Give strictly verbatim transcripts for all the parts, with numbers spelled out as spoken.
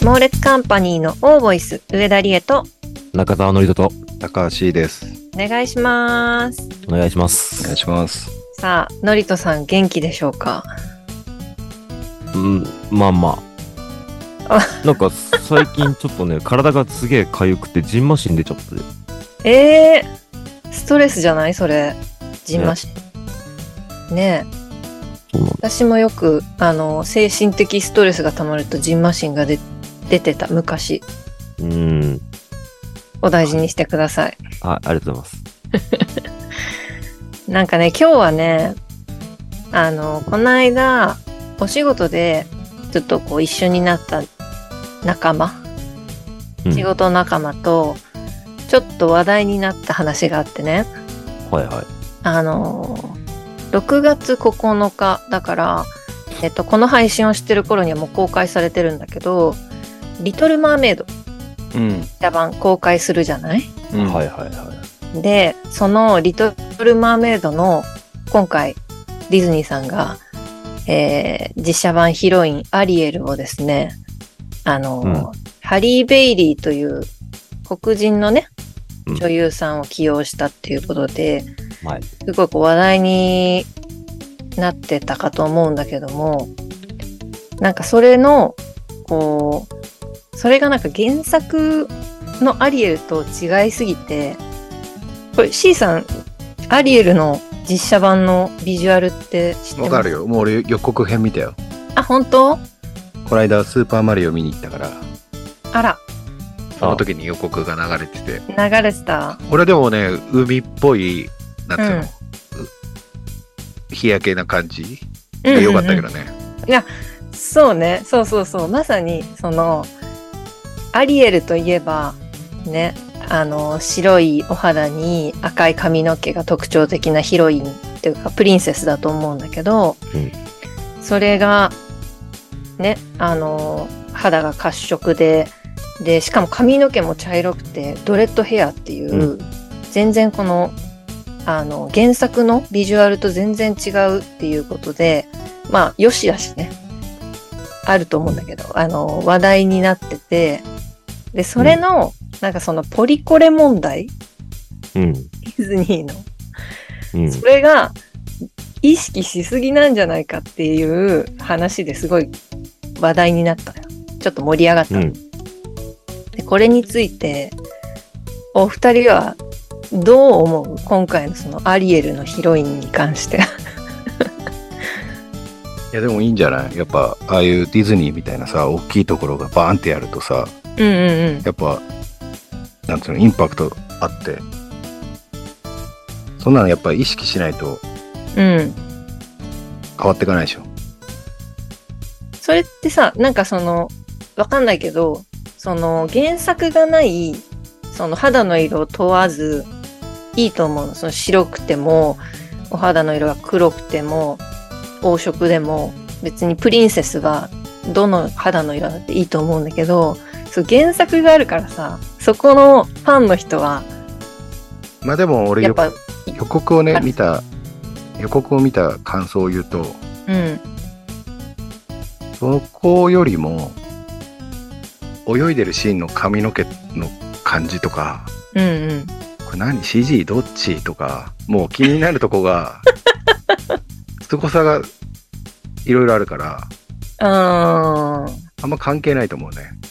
猛烈カンパニーのオーボイス上田理恵と中澤のりとと高橋です。 お願いします。 お願いします。 お願いします。 さあ、のりとさん元気でしょうか？ うん、まあまあ。なんか最近ちょっとね、体がすげえ痒くてジンマシン出ちゃって。 えー、ストレスじゃないそれ、ジンマシン。ねえ。 そうなんだ。 私もよくあの精神的ストレスがたまるとジンマシンがで出てた昔。 うーん。 お大事にしてください。 あ、ありがとうございます。 なんかね、今日はね、あのこの間お仕事でちょっとこう一緒になった仲間、 うん、 仕事仲間とちょっと話題になった話があってね。 はいはい。 あのろくがつここのかだから、えっと、この配信をしてる頃にはもう公開されてるんだけど、リトルマーメイドうん。 写版公開するじゃない、 うん、 はいはいはい。 で、そのリトルマーメイドの今回ディズニーさんが、えー、実写版ヒロインアリエルをですね、あの、うん、ハリー・ベイリーという黒人のね、女優さんを起用したっていうことで、 はい、 すごいこう話題になってたかと思うんだけども、なんかそれのこうそれがなんか原作のアリエルと違いすぎて、これ C さんアリエルの実写版のビジュアルって知ってます？ わかるよ。もう俺予告編見たよ。 あ、本当？ この間スーパーマリオ見に行ったから。 あら。 その時に予告が流れてて。 流れてた。 俺でもね、海っぽいなんつうの、うん、日焼けな感じでよかったけどね、 うんうんうん、いやそうね、そうそうそう、まさにそのアリエルといえばね、あの白いお肌に赤い髪の毛が特徴的なヒロインっていうかプリンセスだと思うんだけど、うん、それがね、あの肌が褐色ででしかも髪の毛も茶色くてドレッドヘアっていう、うん、全然このあの原作のビジュアルと全然違うっていうことで、まあよしだしね、あると思うんだけど、あの話題になってて、でそれの、うん、なんかそのポリコレ問題、 うん、 ディズニーの、 うん、 それが意識しすぎなんじゃないかっていう話ですごい話題になったよ。ちょっと盛り上がった、うん、でこれについてお二人はどう思う？今回のそのアリエルのヒロインに関して。 いやでもいいんじゃない？やっぱああいうディズニーみたいなさ、大きいところがバーンってやるとさ、 うんうんうん、 やっぱなんつうのインパクトあって、そんなのやっぱ意識しないと変わっていかないでしょ、うん、 それってさ、なんかそのわかんないけど、その原作がないその肌の色を問わずいいと思うの。その白くてもお肌の色が黒くても黄色でも別にプリンセスがどの肌の色だっていいと思うんだけど、そう原作があるからさ、そこのファンの人はまあでも俺やっぱ予告をね見た予告を見た感想を言うと、 うん、 そこよりも泳いでるシーンの髪の毛の感じとか、 うんうん、 これ何 シージー どっちとか、もう気になるとこがすごさがいろいろあるから、 ああんま関係ないと思うね。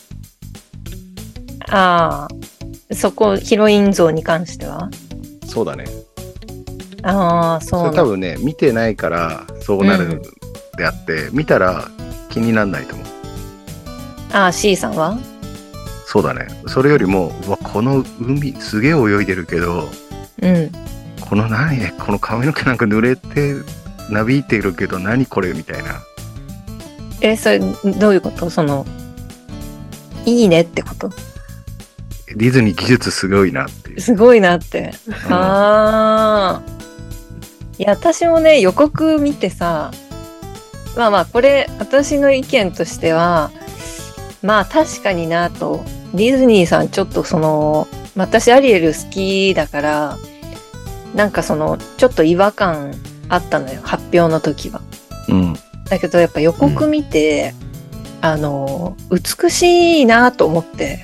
ああ、そこヒロイン像に関してはそうだね。 ああ、そうなんだ。 それ多分ね見てないからそうなるであって、うん、見たら気にならないと思う。 ああ、 C さんはそうだね。それよりも、うわ、この海すげえ泳いでるけど、 うん、 この何この髪の毛なんか濡れてなびいてるけど何これみたいな。 え、それどういうこと？そのいいねってこと？ ディズニー技術すごいなっていう。 すごいなって。ああ。いや、私もね予告見てさ、まあまあこれ私の意見としては、まあ確かになと。ディズニーさんちょっとその、私アリエル好きだから、なんかそのちょっと違和感あったのよ、発表の時は。 うん。 だけどやっぱ予告見て、 あの美しいなと思って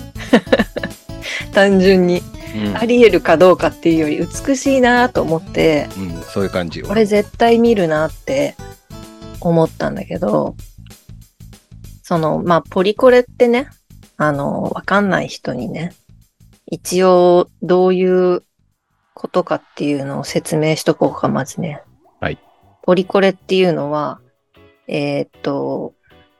単純に、うん、ありえるかどうかっていうより美しいなと思って、 うん、そういう感じよ。 これ絶対見るなって思ったんだけど、そのまあポリコレってね、あのわかんない人にね、一応どういうことかっていうのを説明しとこうか、まずね。 はい。 ポリコレっていうのは、えー、っと、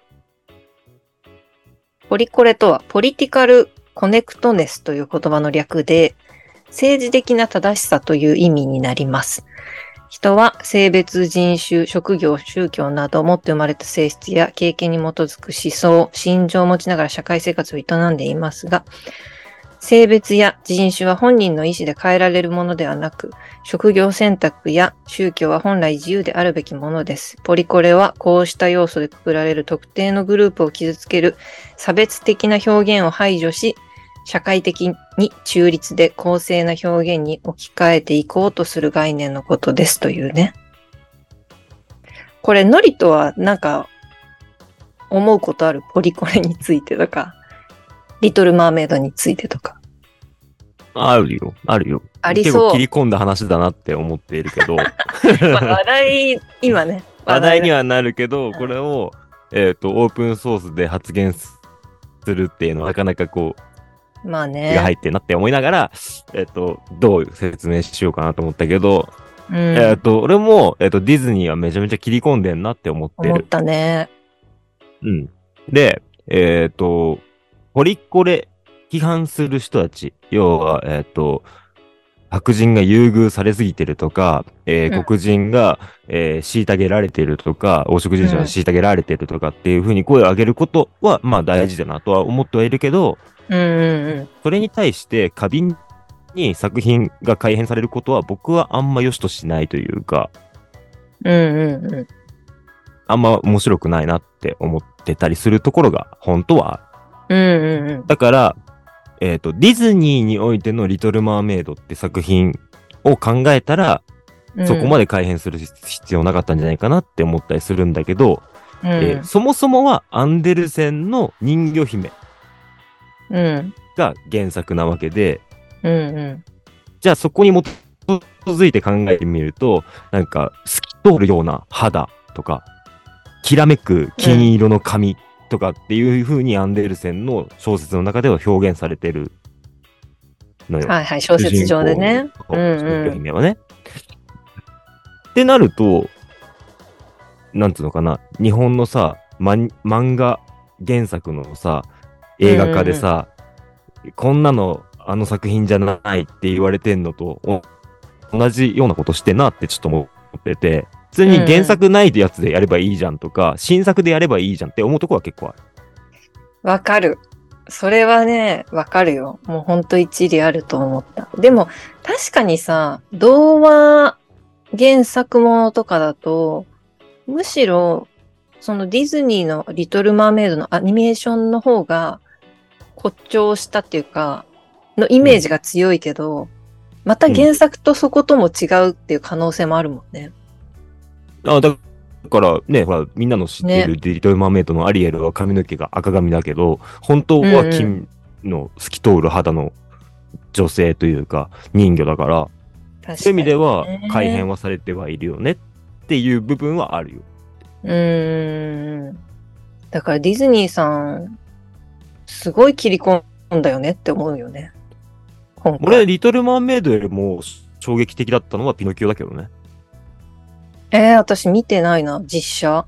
ポリコレとはポリティカルコネクトネスという言葉の略で、政治的な正しさという意味になります。人は性別、人種、職業、宗教など持って生まれた性質や経験に基づく思想、信条を持ちながら社会生活を営んでいますが、性別や人種は本人の意思で変えられるものではなく、職業選択や宗教は本来自由であるべきものです。ポリコレはこうした要素でくくられる特定のグループを傷つける差別的な表現を排除し、社会的に中立で公正な表現に置き換えていこうとする概念のことですというね。これ、ノリとはなんか思うことある？ポリコレについてとか、リトルマーメイドについてとか。 あるよ、あるよ。 ありそう。 結構切り込んだ話だなって思っているけど。 まあ、話題、今ね。 話題にはなるけど、これを、えっと、オープンソースで発言するっていうのはなかなかこう、 まあね。 が入ってんなって思いながら、えっと、どう説明しようかなと思ったけど、うん、えっと、俺も、えっと、ディズニーはめちゃめちゃ切り込んでんなって思ってる。 思ったね。 うん。で、えっと、ポリコレ批判する人たち、要は、えっと、白人が優遇されすぎてるとか、えー、黒人が、うんえー、虐げられてるとか、黄色人種が虐げられてるとかっていう風に声を上げることは、まあ大事だなとは思ってはいるけど、 うんうんうん、 それに対して過敏に作品が改変されることは僕はあんま良しとしないというか、 うんうんうん、 あんま面白くないなって思ってたりするところが本当はある。 うんうんうん、 だから、えっと、ディズニーにおいてのリトルマーメイドって作品を考えたら、うん、そこまで改変する必要なかったんじゃないかなって思ったりするんだけど、うんえー、そもそもはアンデルセンの人魚姫が原作なわけで、 うんうん、 じゃあそこに基づいて考えてみると、なんか透き通るような肌とか、きらめく金色の髪、うんとかっていう風にアンデルセンの小説の中では表現されてるのよ。 はいはい、小説上でね。 うんうん。姫はね。ってなると、なんつうのかな、日本のさ、ま、漫画原作のさ、映画化でさ、うんうん、こんなのあの作品じゃないって言われてんのと同じようなことしてんなってちょっと思ってて、普通に原作ないやつでやればいいじゃんとか、うん、新作でやればいいじゃんって思うとこは結構ある。 わかる。それはね、わかるよ。もうほんと一理あると思った。でも、確かにさ、童話原作ものとかだと、むしろ、そのディズニーのリトルマーメイドのアニメーションの方が誇張したっていうか、のイメージが強いけど、うん、また原作とそことも違うっていう可能性もあるもんね。 あ、だからね、ほら、みんなの知ってるリトルマーメイドのアリエルは髪の毛が赤髪だけど、本当は金の透き通る肌の女性というか人魚だから、確かにね、そういう意味では改変はされてはいるよねっていう部分はあるよ。 うーん。だからディズニーさん、すごい切り込んだよねって思うよね。 俺、リトルマーメイドよりも衝撃的だったのはピノキオだけどね。 えー、私見てないな、実写。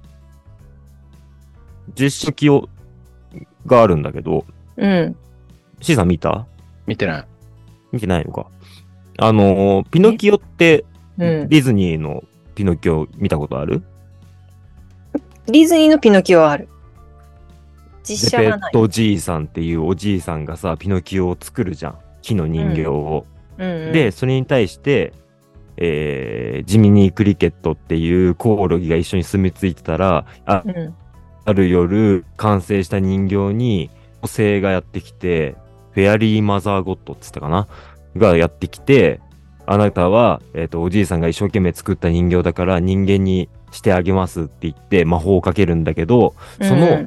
実写キオがあるんだけど。 うん。 C さん見た？ 見てない。 見てないのか。あのー、ピノキオって、 うん、 ディズニーのピノキオ見たことある？ ディズニーのピノキオはある。実写はない。 ゼペットじいさんっていうおじいさんがさ、ピノキオを作るじゃん。木の人形を。 うんうんうん、 で、それに対して、えー、ジミニークリケットっていうコオロギが一緒に住み着いてたら、あ、うん、ある夜完成した人形に女性がやってきて、フェアリーマザーゴッドって言ったかながやってきて、あなたは、えっと、おじいさんが一生懸命作った人形だから人間にしてあげますって言って魔法をかけるんだけど、その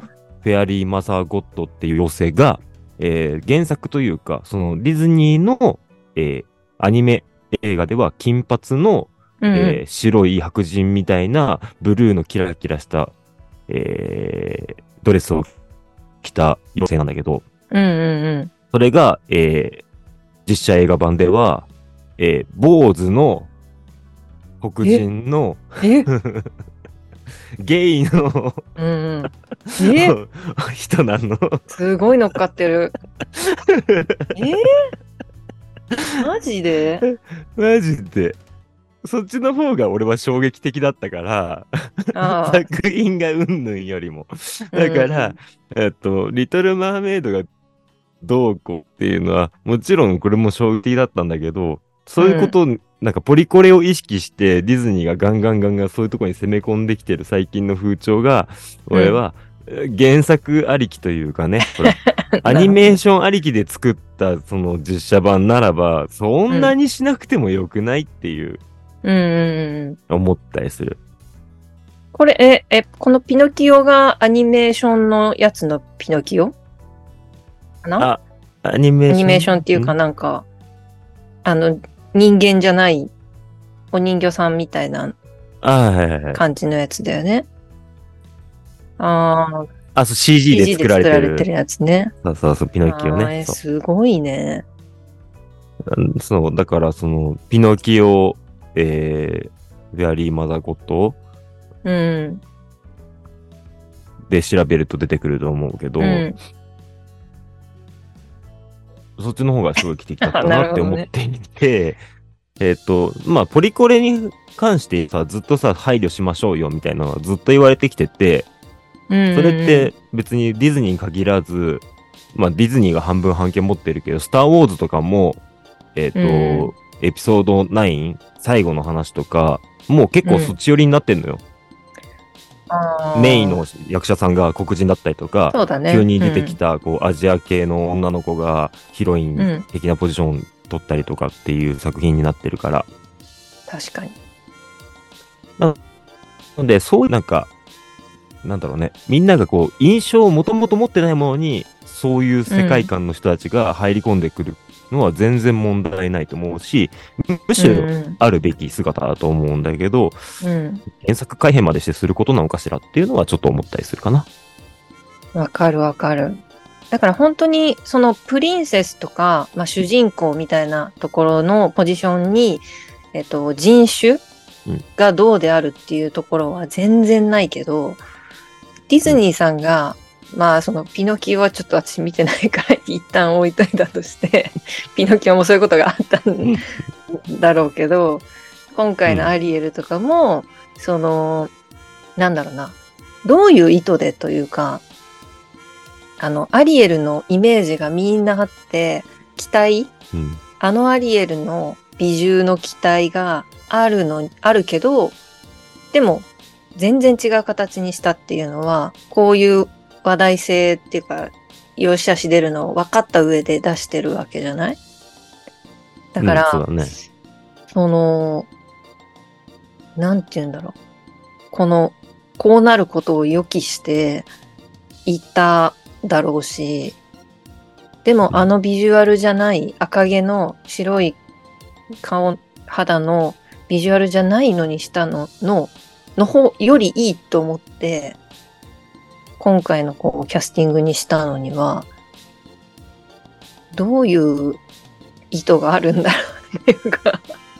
フェアリーマザーゴッドっていう妖精が、えー原作というか、そのディズニーの、えーアニメ映画では金髪の、 うんえー白い白人みたいなブルーのキラキラした、えードレスを着た妖精なんだけど、 うんうんそれが、えー実写映画版では、えー坊主の黒人のうん。えゲイのうんうん。え人なの。 すごい乗っかってる。えマジでマジで。そっちの方が俺は衝撃的だったから、 ああ。 作品がうんぬんよりも。だから、えっと、リトル・マーメイドがどうこうっていうのは、もちろんこれも衝撃的だったんだけど、そういうことを、なんかポリコレを意識してディズニーがガンガンガンガンそういうところに攻め込んできてる最近の風潮が、俺はえー原作ありきというかね、ほらアニメーションありきで作ったその実写版ならば、そんなにしなくてもよくないっていううんうんうん。 思ったりする。 これ、え、え、このピノキオがアニメーションのやつのピノキオかなあ、アニメーション。 アニメーションっていうかんなんか、あの、人間じゃないお人形さんみたいなあ、はいはいはい。 感じのやつだよね。ああ、 あ、そう シージー でシージー作られてる。 で作られてるやつね。 そうそうそう、ピノキオあーね。そうえすごいね。 うんそう、だからその、ピノキオ、えー、ベアリーマザーゴッドうん。 で調べると出てくると思うけど、 うん。 そっちの方が衝撃的だったなるなってほどね思っていて、えっと、まあ、ポリコレに関してさ、ずっとさ、配慮しましょうよみたいなのはずっと言われてきてて、 うん。 それって別にディズニーに限らず、まあ、ディズニーが半分半券持ってるけど、スター・ウォーズとかも、えっと、 うんエピソードナイン、最後の話とか、もう結構そっち寄りになってんのよ。 あーメインの役者さんが黒人だったりとか、 そうだね。 急に出てきたこうアジア系の女の子がヒロイうん。 ン的なポジション取ったりとかっていう作品になってるから。 確かに。 なので、そういうなんか、なんだろうね、みんながこう印象をもともと持ってないものに、そういう世界観の人たちが入り込んでくるのは全然問題ないと思うし、むしろうんあるべき姿だと思うんだけど、 うん。 原作改編までしてすることなのかしらっていうのはちょっと思ったりするかな。 わかるわかる。だから本当にそのプリンセスとか、まあ、主人公みたいなところのポジションに、えっと、人種うんがどうであるっていうところは全然ないけど、ディズニーさんが、まあそのピノキオはちょっと私見てないから一旦置いといたとしてピノキオもそういうことがあったんだろうけど、今回のアリエルとかも、そのなんだろうな、どういう意図でというか、あのアリエルのイメージがみんなあって、期待、 うん。 あのアリエルの美獣の期待があるのあるけど、でも全然違う形にしたっていうのは、こういう話題性っていうか、良し悪し出るのを分かった上で出してるわけじゃない？だから、 うんそうだね。 その、なんて言うんだろう。この、こうなることを予期していただろうし、でもあのビジュアルじゃない赤毛の白い顔、肌のビジュアルじゃないのにしたのの、の方よりいいと思って、今回のこうキャスティングにしたのには、どういう意図があるんだろうっていうか、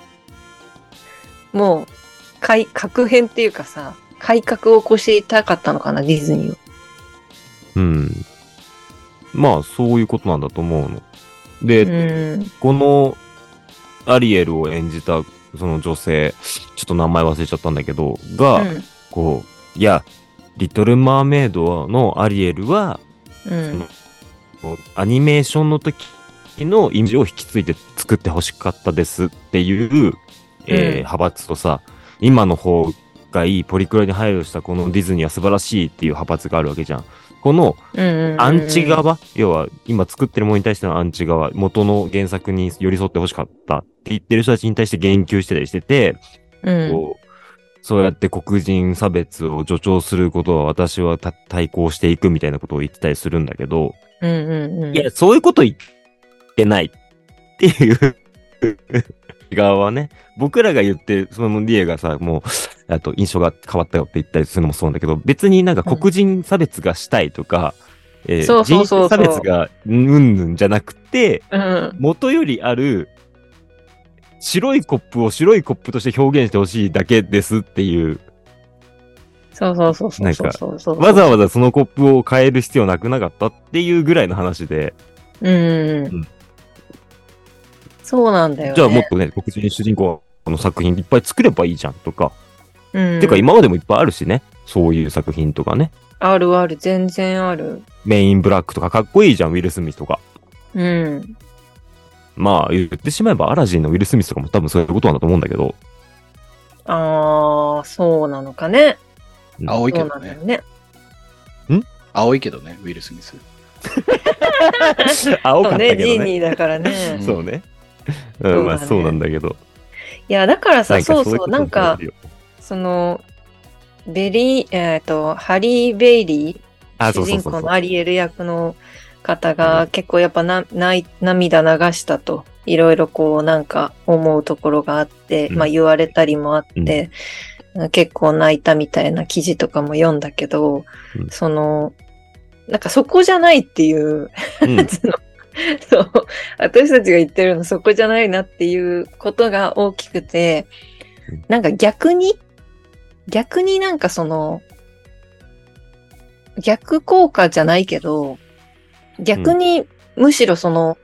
もう、改革変っていうかさ、改革を起こしたかったのかな、ディズニーは。 うん。まあ、そういうことなんだと思うの。で、 うん。 このアリエルを演じたその女性、ちょっと名前忘れちゃったんだけど、が、 うんこう、いや、リトル・マーメイドのアリエルは、 うん。 アニメーションの時のイメージを引き継いで作ってほしかったですっていう、えーうん派閥とさ、今の方がいいポリクラに配慮したこのディズニーは素晴らしいっていう派閥があるわけじゃん。このうんうんうん。 アンチ側、要は今作ってるものに対してのアンチ側、元の原作に寄り添ってほしかったって言ってる人たちに対して言及してたりしてて、 うん。 こうそうやって黒人差別を助長することは私はた対抗していくみたいなことを言ってたりするんだけど、 うんうんうん。 いや、そういうこと言ってないっていう側はね、僕らが言って、そのリエがさ、もう、あと印象が変わったよって言ったりするのもそうなんだけど、別になんか黒人差別がしたいとか、えーそうそうそうそう人種差別がうんぬんじゃなくて、 うん。 元よりある白いコップを白いコップとして表現してほしいだけですっていう、 そうそうそうそうそうそうそう。 わざわざそのコップを変える必要なくなかったっていうぐらいの話で、 うん。 うんそうなんだよね。 じゃあもっとね、黒人主人公の作品いっぱい作ればいいじゃんとか。 うん。 てか今までもいっぱいあるしね。そういう作品とかね。 あるある、全然ある。 メインブラックとかかっこいいじゃん、ウィル・スミスとか。 うん。 まあ言ってしまえばアラジンのウィル・スミスとかも多分そういうことなんだと思うんだけど。 ああ、そうなのかね。そう青いけどね。 なんだよね。 青いけどね、ウィル・スミス。 青かったそうね、 けどね。 ジーニーだからね。 そうね。うん、 そうだねまあそうなんだけど。 いや、だからさ、 なんかそうそう、 そういうことなんかになる、よその、ベリー、えっと、ハリー・ベイリー、 あ、 主人公そうそうそうそう。 のアリエル役の方が結構やっぱなない涙流したと、いろいろこうなんか思うところがあって、 うんまあ言われたりもあって、結構泣いたみたいな記事とかも読んだけど、 うんその、なんかそこじゃないっていう、 うんそのそう、私たちが言ってるのそこじゃないなっていうことが大きくてうん、 なんか逆に、逆になんかその、逆効果じゃないけど、逆にむしろその、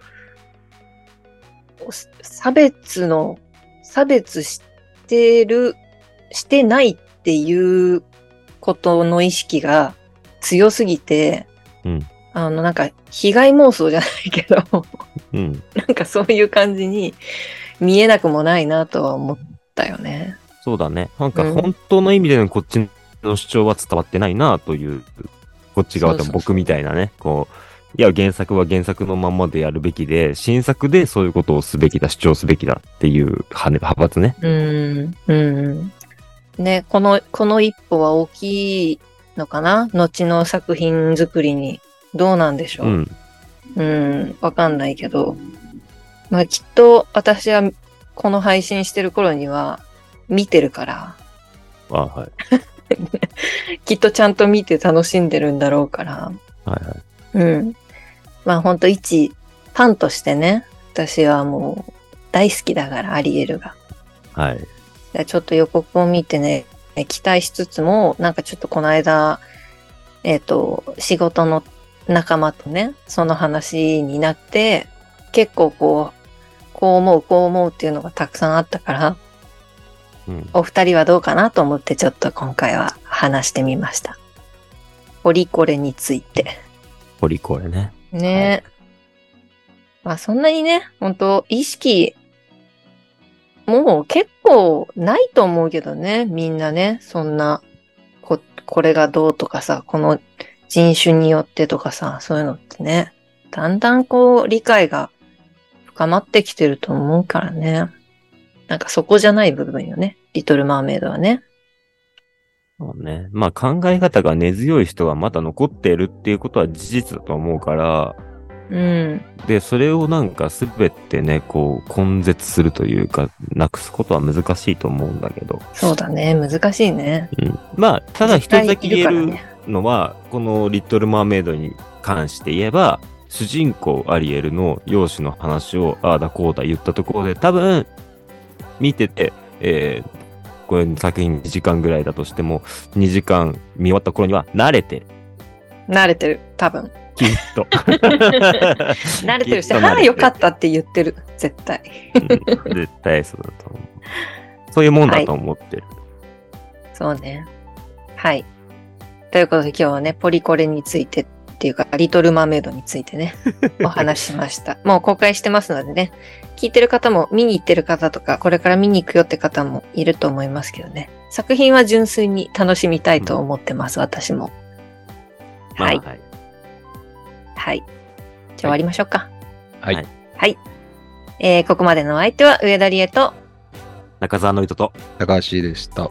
差別の、差別してる、してないっていうことの意識が強すぎて、 うんあのなんか被害妄想じゃないけど、 うん。 なんかそういう感じに見えなくもないなとは思ったよね。 そうだね。なんかうん本当の意味でのこっちの主張は伝わってないなという、こっち側でもそうそうそう僕みたいなね、こう、いや原作は原作のまんまでやるべきで、新作でそういうことをすべきだ、主張すべきだっていう派派閥ね。 うん、うん。ね、この、この一歩は大きいのかな？後の作品作りに。どうなんでしょう。 うん。 うん、わかんないけど。まあきっと私はこの配信してる頃には見てるから、 あはい。 きっとちゃんと見て楽しんでるんだろうから。 はいはい。 うん。まあほんと一ファンとしてね、私はもう大好きだから、アリエルが。 はい。 ちょっと予告を見てね、期待しつつも、なんかちょっとこの間、えっと、仕事の仲間とね、その話になって、結構こう、こう思う、こう思うっていうのがたくさんあったから、 うん。 お二人はどうかなと思ってちょっと今回は話してみました。ポリコレについて。 ポリコレね。 ねえ。まあそんなにね、本当意識、もう結構ないと思うけどね、みんなね、そんな、こ、これがどうとかさ、この人種によってとかさ、そういうのってね、だんだんこう理解が深まってきてると思うからね。なんかそこじゃない部分よね、リトルマーメイドはね。 そうね。まあ考え方が根強い人がまだ残っているっていうことは事実だと思うから、 うん。 で、それをなんかすべてね、こう、根絶するというか、なくすことは難しいと思うんだけど。 そうだね、難しいね。 うん。まあ、ただ一つだけ言える絶対いるからねのは、このリトル・マーメイドに関して言えば、主人公アリエルの容姿の話をああだこうだ言ったところで、多分、見てて、えー、これ作品にじかんぐらいだとしても、にじかん見終わった頃には慣れてる。 慣れてる、多分。 きっと。 慣れてるし、 きっと慣れてるはあ、よかったって言ってる、絶対。 うん絶対そうだと思う。そういうもんだと思ってる。 そうね。はい。ということで今日はね、ポリコレについてっていうか、リトルマーメイドについてね、お話ししました。もう公開してますのでね、聞いてる方も見に行ってる方とか、これから見に行くよって方もいると思いますけどね。作品は純粋に楽しみたいと思ってます、私も。はい。 まあはい。 はい。じゃあ終わりましょうか。 はい。 はいはい。えー、ここまでのお相手は上田理恵と、 中澤の糸と、 高橋でした。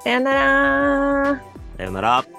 さよなら。 さよなら。